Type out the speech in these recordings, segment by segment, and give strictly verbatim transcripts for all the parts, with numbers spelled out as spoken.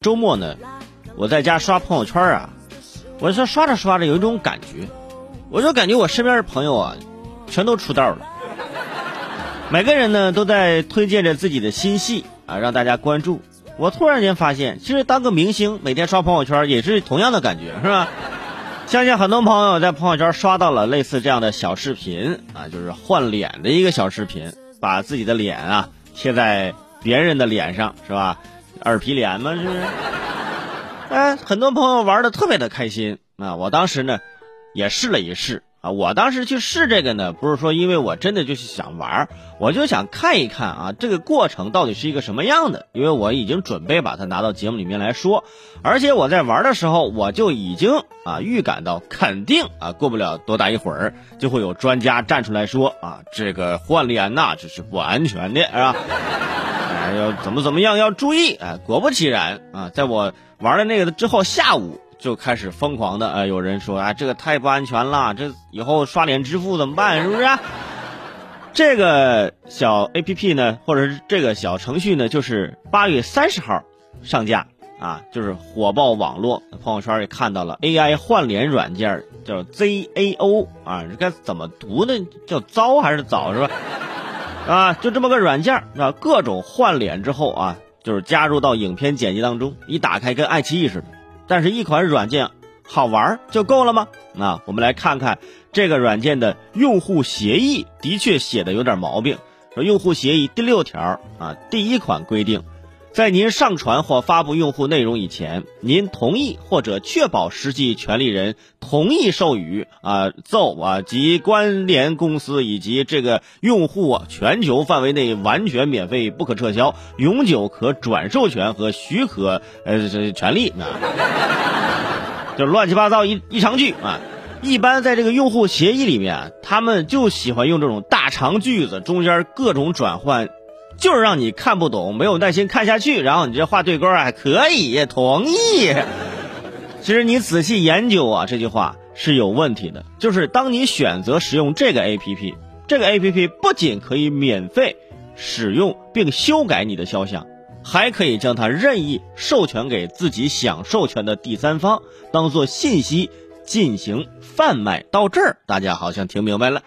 周末呢，我在家刷朋友圈啊，我说刷着刷着有一种感觉，我就感觉我身边的朋友啊，全都出道了。每个人呢都在推荐着自己的新戏啊，让大家关注。我突然间发现，其实当个明星，每天刷朋友圈也是同样的感觉，是吧？相信很多朋友在朋友圈刷到了类似这样的小视频啊，就是换脸的一个小视频，把自己的脸啊贴在别人的脸上，是吧？耳皮脸嘛，是不是？哎，很多朋友玩的特别的开心啊！我当时呢也试了一试啊，我当时去试这个呢，不是说因为我真的就是想玩，我就想看一看啊，这个过程到底是一个什么样的，因为我已经准备把它拿到节目里面来说，而且我在玩的时候，我就已经啊预感到肯定啊过不了多大一会儿就会有专家站出来说啊，这个换脸呐这是不安全的，是吧？哎，要怎么怎么样要注意。哎，果不其然啊，在我玩了那个之后，下午就开始疯狂的，呃，有人说啊，这个太不安全了，这以后刷脸支付怎么办？是不是？这个小 A P P 呢，或者是这个小程序呢，就是八月三十号上架啊，就是火爆网络，朋友圈也看到了 A I 换脸软件叫 Z A O 啊，这该怎么读呢？叫糟还是早是吧？啊，就这么个软件啊，各种换脸之后啊，就是加入到影片剪辑当中，一打开跟爱奇艺似的。但是一款软件好玩就够了吗？那我们来看看这个软件的用户协议，的确写的有点毛病。说用户协议第六条啊，第一款规定，在您上传或发布用户内容以前，您同意或者确保实际权利人同意授予啊奏啊及关联公司以及这个用户啊全球范围内完全免费、不可撤销、永久可转授权和许可呃这权利啊，就乱七八糟一一长句啊。一般在这个用户协议里面，他们就喜欢用这种大长句子，中间各种转换。就是让你看不懂，没有耐心看下去，然后你这画对勾啊，可以同意。其实你仔细研究啊，这句话是有问题的。就是当你选择使用这个 A P P， 这个 A P P 不仅可以免费使用并修改你的肖像，还可以将它任意授权给自己想授权的第三方，当做信息进行贩卖。到这儿，大家好像听明白了。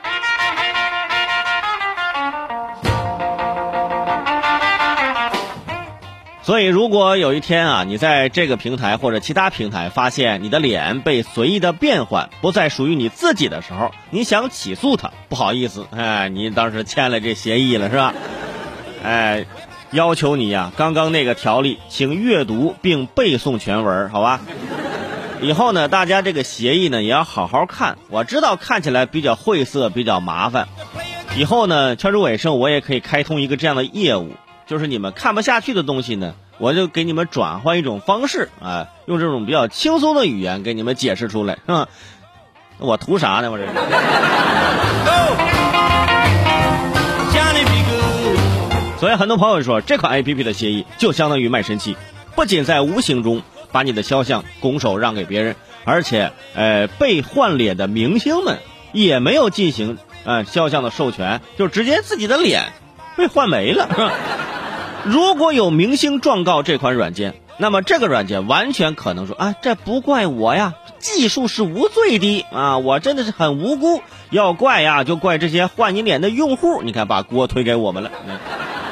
所以如果有一天啊，你在这个平台或者其他平台发现你的脸被随意的变换，不再属于你自己的时候，你想起诉他，不好意思，哎，你当时签了这协议了是吧？哎，要求你呀、啊，刚刚那个条例请阅读并背诵全文，好吧？以后呢，大家这个协议呢也要好好看，我知道看起来比较晦涩，比较麻烦。以后呢，圈出尾声我也可以开通一个这样的业务。就是你们看不下去的东西呢，我就给你们转换一种方式啊，用这种比较轻松的语言给你们解释出来，是吧？我图啥呢？我这是。所以很多朋友说，这款 A P P 的协议就相当于卖身契，不仅在无形中把你的肖像拱手让给别人，而且呃，被换脸的明星们也没有进行呃肖像的授权，就直接自己的脸被换没了，是吧？如果有明星状告这款软件，那么这个软件完全可能说啊，这不怪我呀，技术是无罪的啊，我真的是很无辜，要怪呀就怪这些换你脸的用户，你看把锅推给我们了。嗯、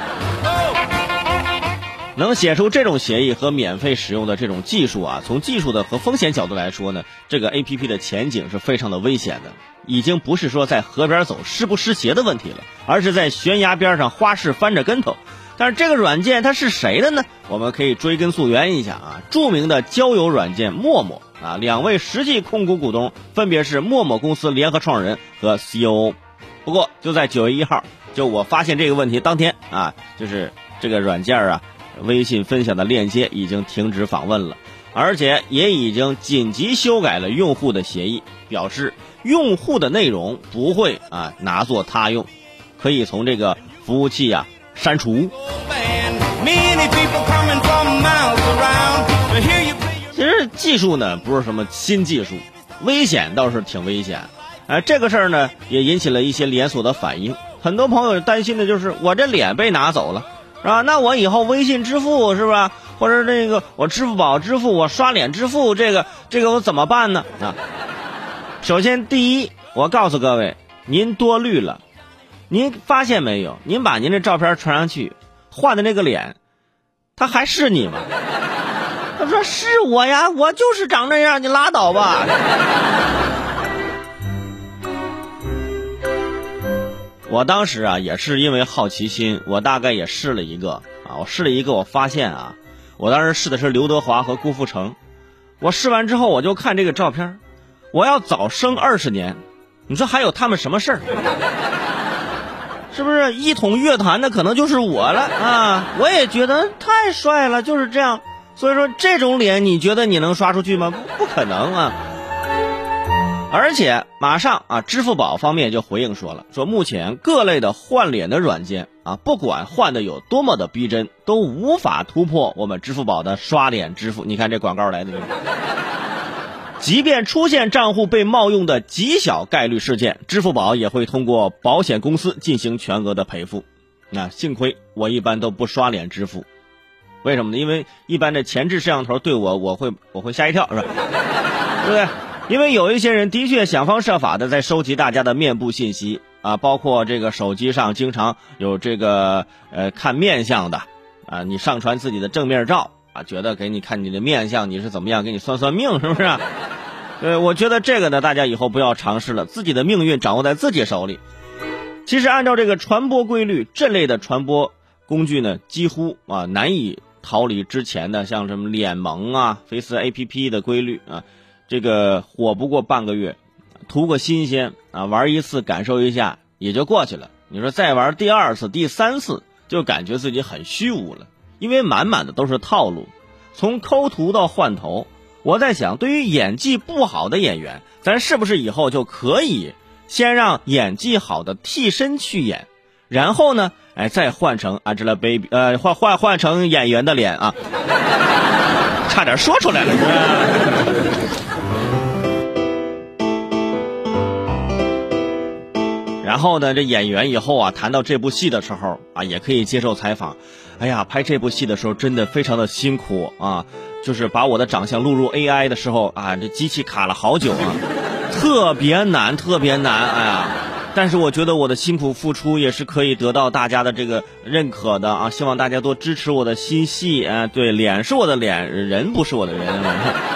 能写出这种协议和免费使用的这种技术啊，从技术的和风险角度来说呢，这个 A P P 的前景是非常的危险的，已经不是说在河边走湿不湿鞋的问题了，而是在悬崖边上花式翻着跟头。但是这个软件它是谁的呢？我们可以追根溯源一下啊，著名的交友软件陌陌啊，两位实际控股股东分别是陌陌公司联合创始人和 C O O。不过就在九月一号，就我发现这个问题当天啊，就是这个软件啊，微信分享的链接已经停止访问了，而且也已经紧急修改了用户的协议，表示用户的内容不会啊拿作他用，可以从这个服务器啊删除。其实技术呢不是什么新技术，危险倒是挺危险。哎，这个事儿呢也引起了一些连锁的反应，很多朋友担心的就是我这脸被拿走了，是吧？那我以后微信支付是吧， 或者这个我支付宝支付，我刷脸支付，这个这个我怎么办呢？啊，首先第一，我告诉各位，您多虑了。您发现没有？您把您的照片传上去，换的那个脸，他还是你吗？他说是我呀，我就是长这样，你拉倒吧。我当时啊也是因为好奇心，我大概也试了一个啊，我试了一个，我发现啊，我当时试的是刘德华和郭富城，我试完之后我就看这个照片，我要早生二十年，你说还有他们什么事儿？是不是一统乐坛的可能就是我了啊？我也觉得太帅了，就是这样。所以说这种脸你觉得你能刷出去吗？不可能啊。而且马上啊，支付宝方面就回应说了，说目前各类的换脸的软件啊，不管换的有多么的逼真，都无法突破我们支付宝的刷脸支付。你看这广告来的，即便出现账户被冒用的极小概率事件，支付宝也会通过保险公司进行全额的赔付。那幸亏我一般都不刷脸支付，为什么呢？因为一般的前置摄像头对我，我会我会吓一跳，是吧？对不对？因为有一些人的确想方设法的在收集大家的面部信息啊，包括这个手机上经常有这个呃看面相的啊，你上传自己的正面照啊，觉得给你看你的面相你是怎么样，给你算算命，是不是啊？对，我觉得这个呢，大家以后不要尝试了，自己的命运掌握在自己手里。其实按照这个传播规律，这类的传播工具呢，几乎啊难以逃离之前的像什么脸萌啊、Face A P P 的规律啊。这个火不过半个月，图个新鲜啊，玩一次感受一下也就过去了。你说再玩第二次、第三次，就感觉自己很虚无了，因为满满的都是套路，从抠图到换头。我在想，对于演技不好的演员，咱是不是以后就可以先让演技好的替身去演，然后呢，哎，再换成 Angelababy， 呃，换换换成演员的脸啊，差点说出来了。然后呢，这演员以后啊，谈到这部戏的时候啊，也可以接受采访。哎呀，拍这部戏的时候真的非常的辛苦啊，就是把我的长相录入 A I 的时候啊，这机器卡了好久啊，特别难，特别难，哎呀。但是我觉得我的辛苦付出也是可以得到大家的这个认可的啊，希望大家多支持我的新戏啊。对，脸是我的脸，人不是我的人。